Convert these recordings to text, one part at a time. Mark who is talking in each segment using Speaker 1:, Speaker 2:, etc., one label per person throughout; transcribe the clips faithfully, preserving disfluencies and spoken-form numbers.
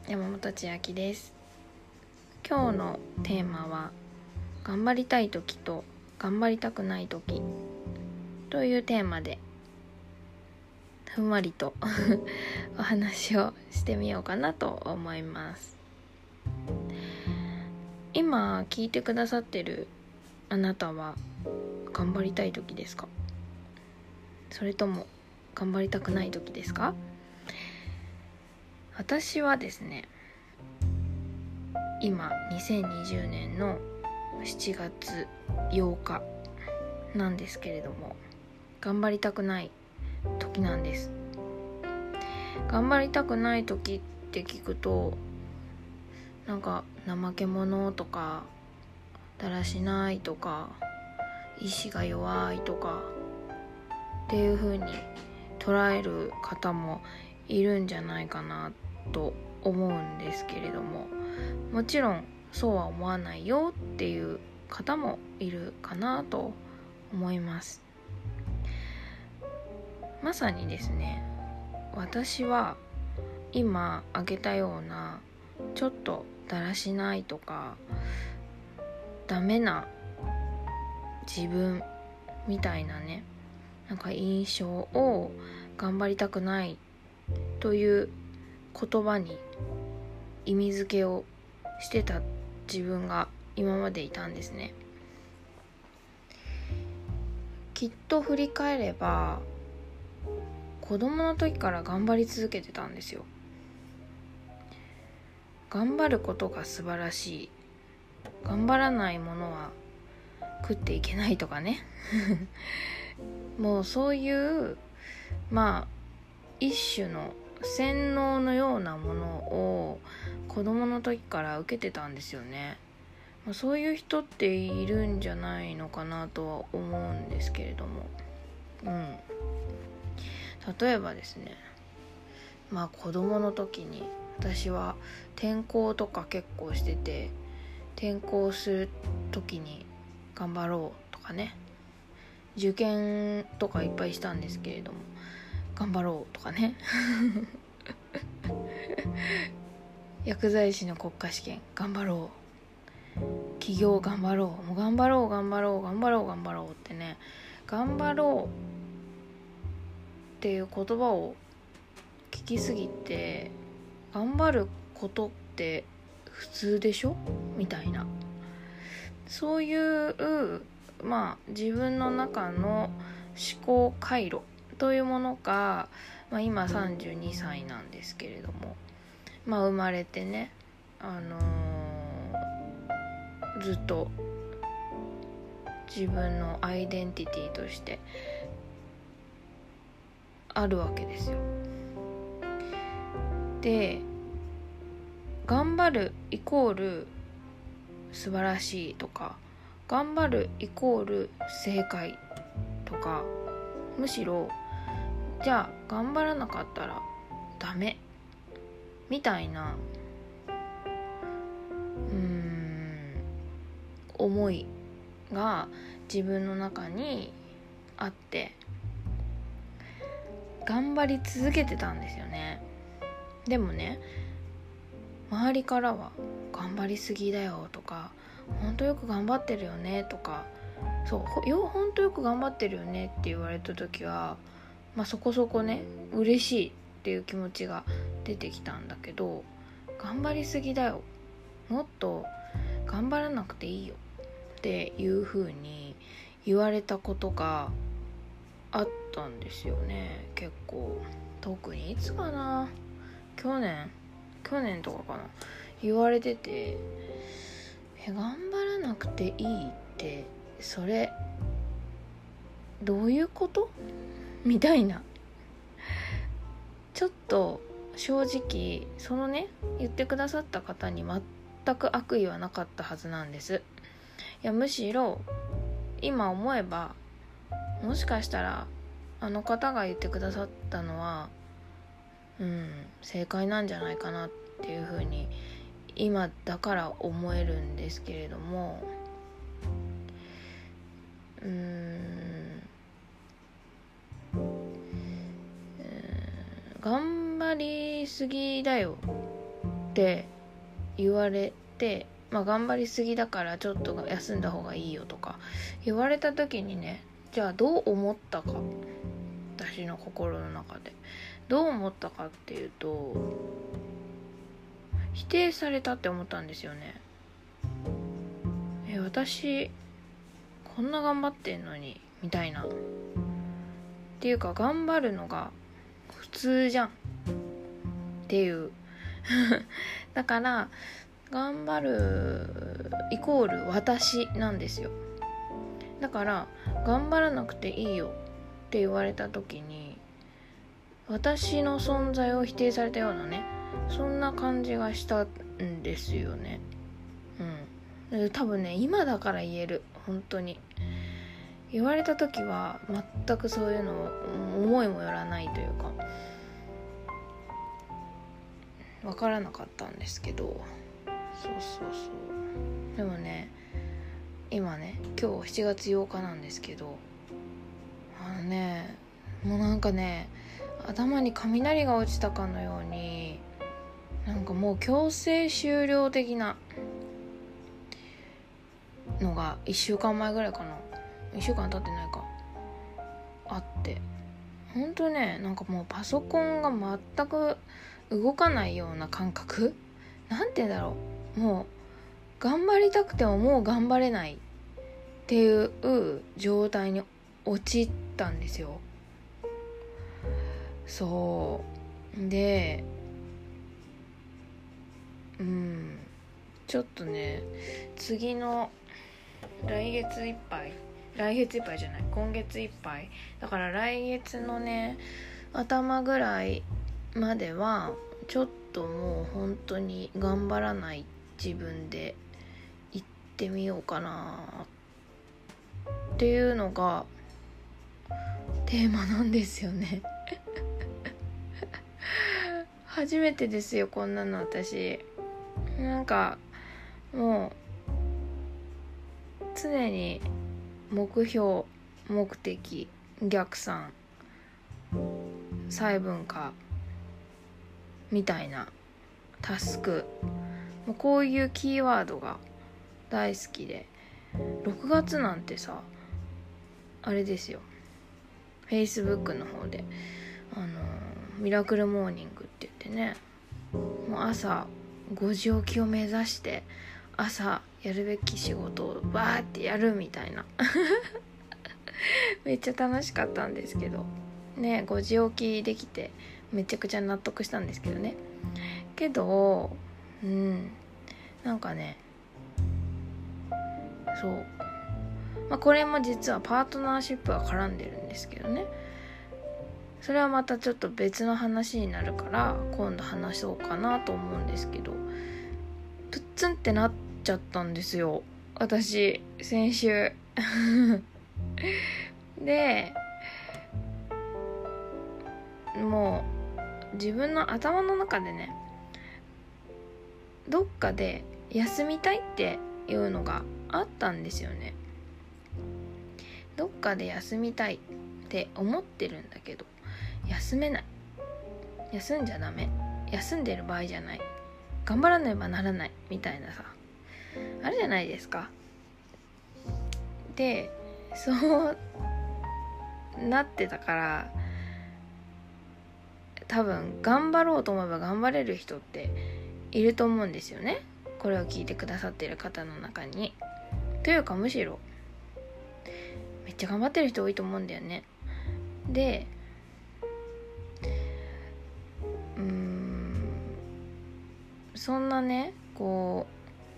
Speaker 1: 山本千秋です。今日のテーマは頑張りたい時と頑張りたくない時というテーマでふんわりとお話をしてみようかなと思います。今聞いてくださってるあなたは頑張りたい時ですか？それとも頑張りたくない時ですか？私はですね、今にせんにじゅうねんのしちがつようかなんですけれども、頑張りたくない時なんです。頑張りたくない時って聞くと、なんか怠け者とかだらしないとか意志が弱いとかっていう風に捉える方もいるんじゃないかなと思うんですけれども、もちろんそうは思わないよっていう方もいるかなと思います。まさにですね、私は今挙げたようなちょっとだらしないとかダメな自分みたいなね、なんか印象を頑張りたくないという言葉に意味付けをしてた自分が今までいたんですね。きっと振り返れば子供の時から頑張り続けてたんですよ。頑張ることが素晴らしい、頑張らないものは食っていけないとかねもうそういうまあ一種の洗脳のようなものを子供の時から受けてたんですよね。そういう人っているんじゃないのかなとは思うんですけれども、うん例えばですね、まあ子供の時に私は転校とか結構してて、転校する時に頑張ろうとかね、受験とかいっぱいしたんですけれども頑張ろうとかね薬剤師の国家試験頑張ろう、起業頑張ろう、もう頑張ろう頑張ろう頑張ろう頑張ろうってね、頑張ろうっていう言葉を聞きすぎて、頑張ることって普通でしょみたいな、そういうまあ自分の中の思考回路というものが、まあ、今さんじゅうにさいなんですけれども、まあ生まれてね、あのー、ずっと自分のアイデンティティとしてあるわけですよ。で、頑張るイコール素晴らしいとか、頑張るイコール正解とか、むしろじゃあ頑張らなかったらダメみたいなうーん思いが自分の中にあって、頑張り続けてたんですよね。でもね、周りからは頑張りすぎだよとか、ほんとよく頑張ってるよねとか、そうよほんとよく頑張ってるよねって言われた時は、まあそこそこね嬉しいっていう気持ちが出てきたんだけど、頑張りすぎだよ、もっと頑張らなくていいよっていう風に言われたことがあったんですよね。結構特にいつかな、去年去年とかかな、言われてて、え頑張らなくていいってそれどういうことみたいな、ちょっと正直そのね言ってくださった方に全く悪意はなかったはずなんです。いやむしろ今思えば、もしかしたらあの方が言ってくださったのはうん正解なんじゃないかなっていうふうに今だから思えるんですけれども、うーん頑張りすぎだよって言われて、まあ頑張りすぎだからちょっと休んだ方がいいよとか言われた時にね、じゃあどう思ったか、私の心の中でどう思ったかっていうと、否定されたって思ったんですよね。え、私こんな頑張ってんのにみたいな、っていうか頑張るのが普通じゃんっていうだから頑張るイコール私なんですよ。だから頑張らなくていいよって言われた時に、私の存在を否定されたようなね、そんな感じがしたんですよね。うん、多分ね今だから言える。本当に言われた時は全くそういうのを思いもよらないというか分からなかったんですけど、そうそうそう。でもね今ね今日しちがつようかなんですけど、あのねもうなんかね頭に雷が落ちたかのように、なんかもう強制終了的なのがいっしゅうかんまえぐらいかな、いっしゅうかん経ってないかあって、ほんとねなんかもうパソコンが全く動かないような感覚、なんて言うんだろう、もう頑張りたくてももう頑張れないっていう状態に陥ったんですよ。そうで、うんちょっとね次の来月いっぱい来月いっぱいじゃない今月いっぱいだから、来月のね頭ぐらいまではちょっともう本当に頑張らない自分で行ってみようかなっていうのがテーマなんですよね初めてですよこんなの。私なんかもう常に目標、目的、逆算、細分化みたいなタスク、もうこういうキーワードが大好きで、ろくがつなんてさあれですよ、 Facebook の方であのミラクルモーニングって言ってね、もう朝ごじ起きを目指して朝やるべき仕事をバーってやるみたいなめっちゃ楽しかったんですけどね、ごじ起きできてめちゃくちゃ納得したんですけどね。けどうんなんかねそう、まあ、これも実はパートナーシップが絡んでるんですけどね、それはまたちょっと別の話になるから今度話そうかなと思うんですけど、プッツンってなっちゃったんですよ私先週でもう自分の頭の中でねどっかで休みたいっていうのがあったんですよね。どっかで休みたいって思ってるんだけど休めない、休んじゃダメ、休んでる場合じゃない、頑張らねばならないみたいなさあるじゃないですか。でそうなってたから多分頑張ろうと思えば頑張れる人っていると思うんですよね、これを聞いてくださっている方の中に。というかむしろめっちゃ頑張ってる人多いと思うんだよね。でうーんそんなねこ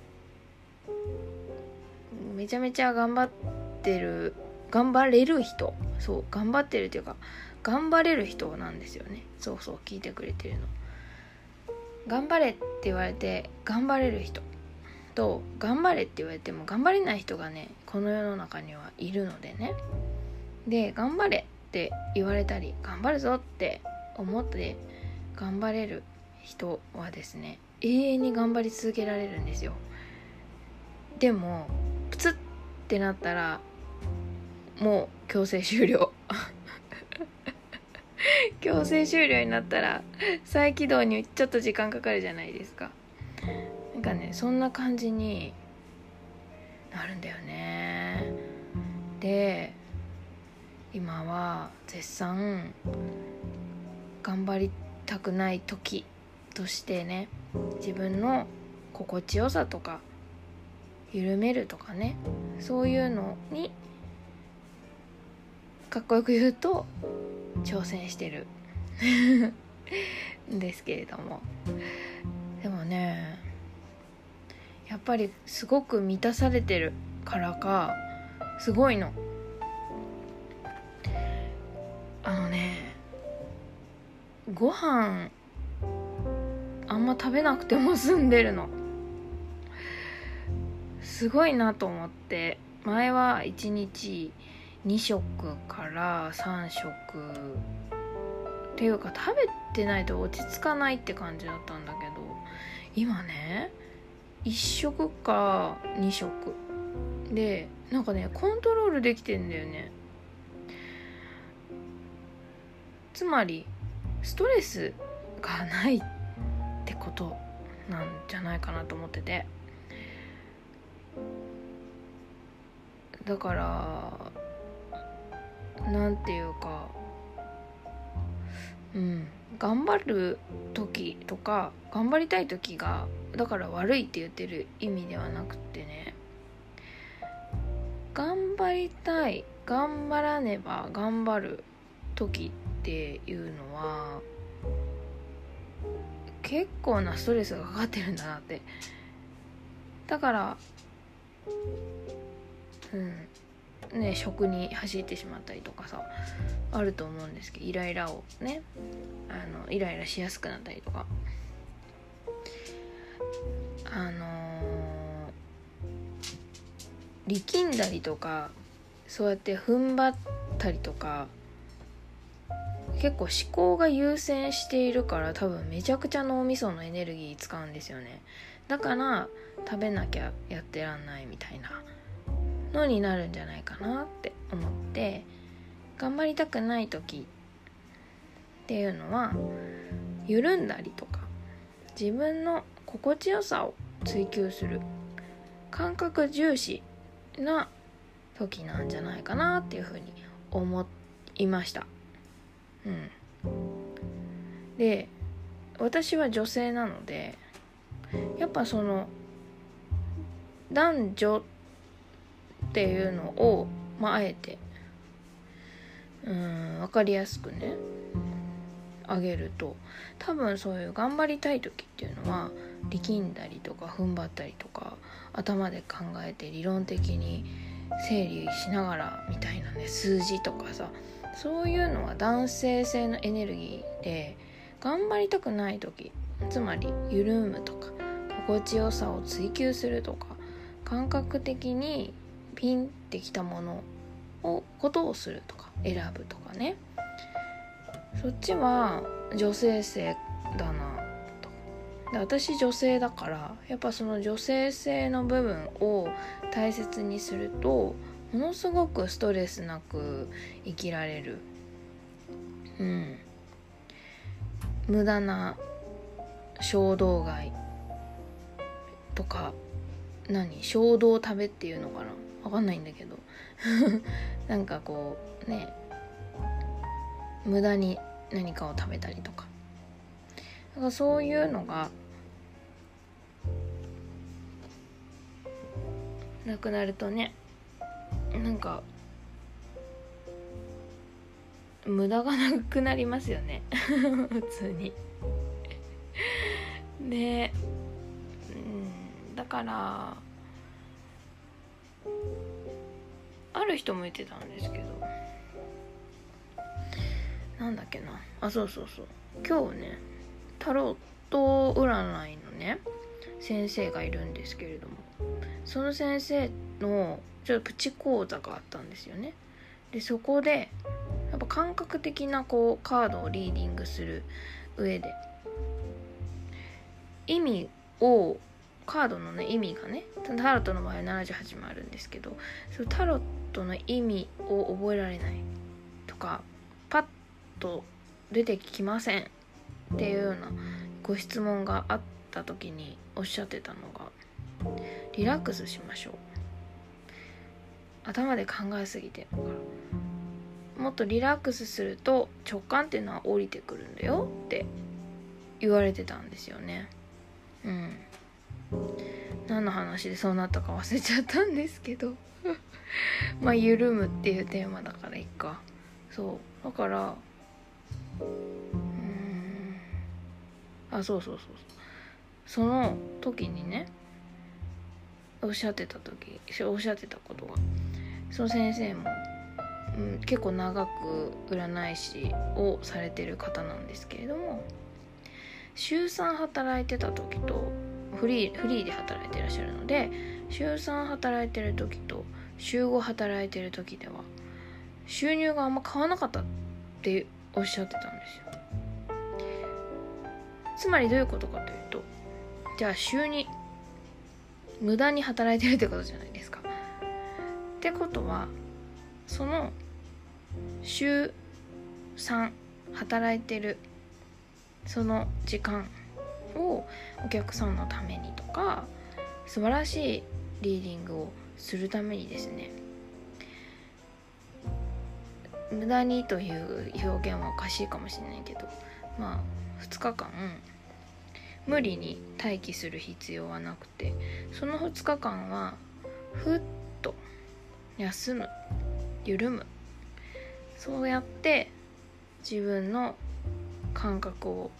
Speaker 1: うめちゃめちゃ頑張ってる頑張れる人、そう頑張ってるっていうか頑張れる人なんですよね。そうそう聞いてくれてるの、頑張れって言われて頑張れる人と頑張れって言われても頑張れない人がねこの世の中にはいるのでね。で頑張れって言われたり頑張るぞって思って頑張れる人はですね永遠に頑張り続けられるんですよ。でもプツってなったらもう強制終了強制終了になったら再起動にちょっと時間かかるじゃないですか。 なんかねそんな感じになるんだよね。で今は絶賛頑張りたくない時としてね、自分の心地よさとか緩めるとかね、そういうのにかっこよく言うと挑戦してるんですけれども、でもねやっぱりすごく満たされてるからかすごいの。あのねご飯あんま食べなくても済んでるの。すごいなと思って。前はいちにちに食からさん食っていうか食べてないと落ち着かないって感じだったんだけど、今ねいち食かに食でなんかねコントロールできてんだよね。つまりストレスがないってことなんじゃないかなと思ってて、だからなんていうか、うん頑張る時とか頑張りたい時がだから悪いって言ってる意味ではなくてね、頑張りたい頑張らねば頑張る時っていうのは結構なストレスがかかってるんだなって。だからうんね食に走ってしまったりとかさあると思うんですけど、イライラをねあのイライラしやすくなったりとか、あのー、力んだりとかそうやって踏ん張ったりとか結構思考が優先しているから多分めちゃくちゃ脳みそのエネルギー使うんですよね。だから食べなきゃやってらんないみたいなのになるんじゃないかなって思って、頑張りたくない時っていうのは緩んだりとか自分の心地よさを追求する感覚重視な時なんじゃないかなっていうふうに思いました。うん、で私は女性なのでやっぱその男女っていうのを、まあ、あえてうん分かりやすくねあげると、多分そういう頑張りたい時っていうのは力んだりとか踏ん張ったりとか頭で考えて理論的に整理しながらみたいなね数字とかさ、そういうのは男性性のエネルギーで、頑張りたくない時つまり緩むとか心地よさを追求するとか感覚的にピンってきたものをことをするとか選ぶとかね、そっちは女性性だなと。で私女性だからやっぱその女性性の部分を大切にするとものすごくストレスなく生きられる。うん無駄な衝動買いとか、何衝動食べっていうのかなわかんないんだけどなんかこうね無駄に何かを食べたりとか、だからそういうのがなくなるとね、なんか無駄がなくなりますよね普通にで、うん、だからある人も言ってたんですけど、なんだっけなあそうそうそう今日ねタロット占いのね先生がいるんですけれども、その先生のちょっとプチ講座があったんですよね。でそこでやっぱ感覚的なこうカードをリーディングする上で意味をカードのね意味がねタロットの場合はななじゅうはちまいあるんですけど、そのタロットの意味を覚えられないとかパッと出てきませんっていうようなご質問があったた時におっしゃってたのが、リラックスしましょう、頭で考えすぎてるからもっとリラックスすると直感っていうのは降りてくるんだよって言われてたんですよね。うん何の話でそうなったか忘れちゃったんですけどまあ緩むっていうテーマだからいいか。そうだからうーんあそうそうそうその時にねおっしゃってた時おっしゃってたことが、その先生も、うん、結構長く占い師をされてる方なんですけれども、週さん働いてた時とフリー、フリーで働いてらっしゃるので、週さん働いてる時と週ご働いてる時では収入があんま変わらなかったっておっしゃってたんですよ。つまりどういうことかというと、じゃあ週に無駄に働いてるってことじゃないですか。ってことはその週さん働いてるその時間をお客さんのためにとか素晴らしいリーディングをするためにですね、無駄にという表現はおかしいかもしれないけど、まあふつかかん無理に待機する必要はなくて、そのふつかかんはふっと休む、緩む、そうやって自分の感覚を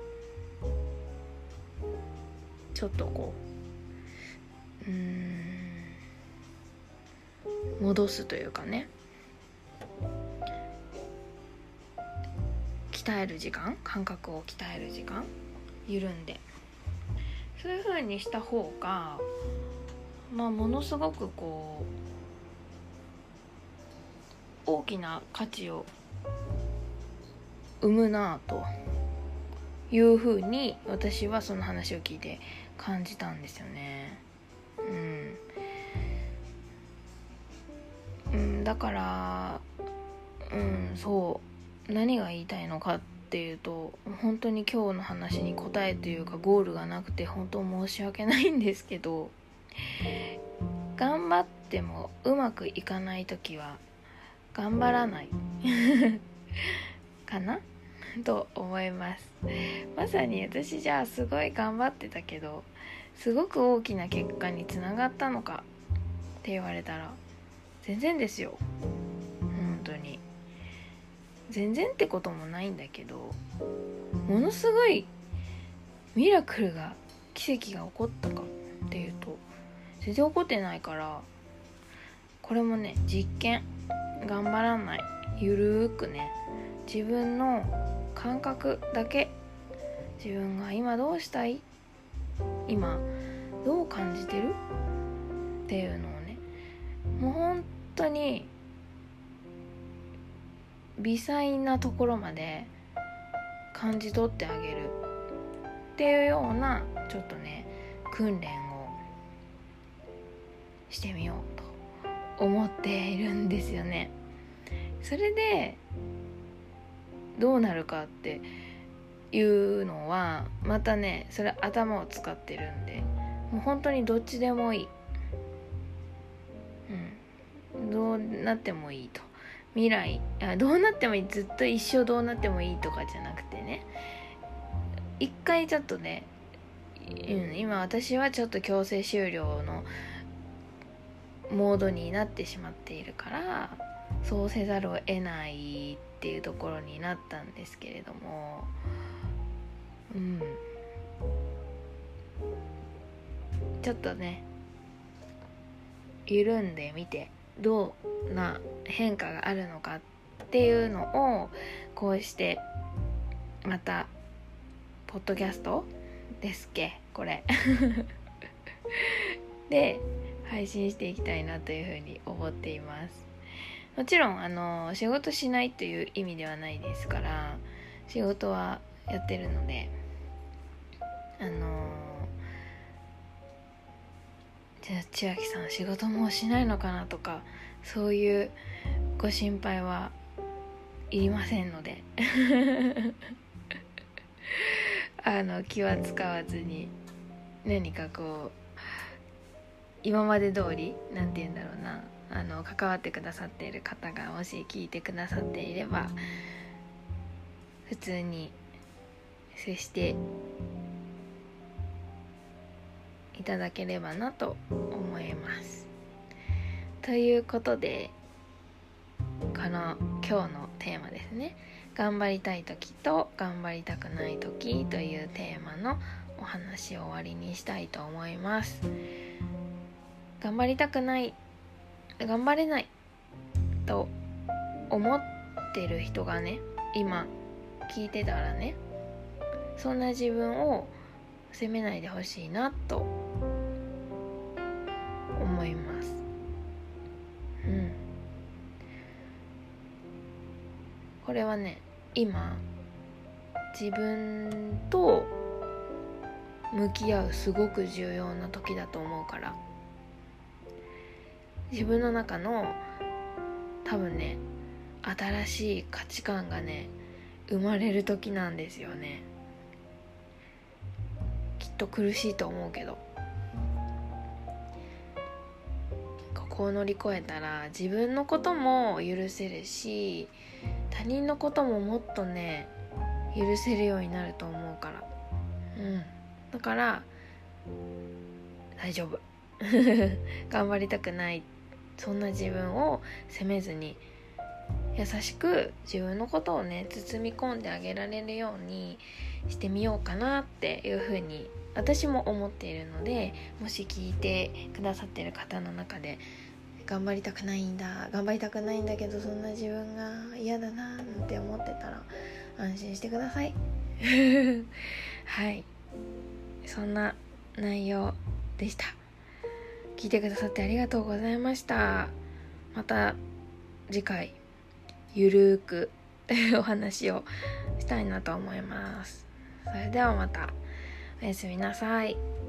Speaker 1: ちょっとこううーん戻すというかね、鍛える時間、感覚を鍛える時間、緩んで、そういう風にした方がまあものすごくこう大きな価値を生むなという風に私はその話を聞いて感じたんですよね。うん、うん、だからうんそう何が言いたいのかっていうと、本当に今日の話に答えというかゴールがなくて本当申し訳ないんですけど、頑張ってもうまくいかないときは頑張らないかなと思います。まさに私じゃあすごい頑張ってたけどすごく大きな結果につながったのかって言われたら全然ですよ。本当に全然ってこともないんだけど、ものすごいミラクルが奇跡が起こったかっていうと全然起こってないから、これもね実験、頑張らない、ゆるーくね自分の感覚だけ、自分が今どうしたい、今どう感じてるっていうのをね、もう本当に微細なところまで感じ取ってあげるっていうようなちょっとね訓練をしてみようと思っているんですよね。それでどうなるかっていうのはまたね、それ頭を使ってるんでもう本当にどっちでもいい、うん、どうなってもいいと、未来あどうなってもいい、ずっと一生どうなってもいいとかじゃなくてね、一回ちょっとね、うん、今私はちょっと強制終了のモードになってしまっているからそうせざるを得ないっていうところになったんですけれども、うんちょっとね緩んでみてどんな変化があるのかっていうのをこうしてまたポッドキャストですっけこれで配信していきたいなというふうに思っています。もちろんあの仕事しないという意味ではないですから、仕事はやってるので、あのじゃあ千秋さん仕事もうしないのかなとかそういうご心配はいりませんのであの気は使わずに何かこう今まで通りなんて言うんだろうな、あの関わってくださっている方がもし聞いてくださっていれば普通に接していただければなと思います。ということでこの今日のテーマですね、頑張りたい時と頑張りたくない時というテーマのお話を終わりにしたいと思います。頑張りたくない、頑張れないと思ってる人がね、今聞いてたらね、そんな自分を責めないでほしいなと思います。うん。これはね、今自分と向き合うすごく重要な時だと思うから、自分の中の多分ね、新しい価値観がね生まれる時なんですよね。きっと苦しいと思うけど、ここを乗り越えたら自分のことも許せるし、他人のことももっとね許せるようになると思うから、うん、だから大丈夫頑張りたくない、そんな自分を責めずに優しく自分のことをね包み込んであげられるようにしてみようかなっていうふうに私も思っているので、もし聞いてくださっている方の中で頑張りたくないんだ頑張りたくないんだけどそんな自分が嫌だななんて思ってたら安心してくださいはい、そんな内容でした。聞いてくださってありがとうございました。また次回ゆるーくお話をしたいなと思います。それではまたおやすみなさい。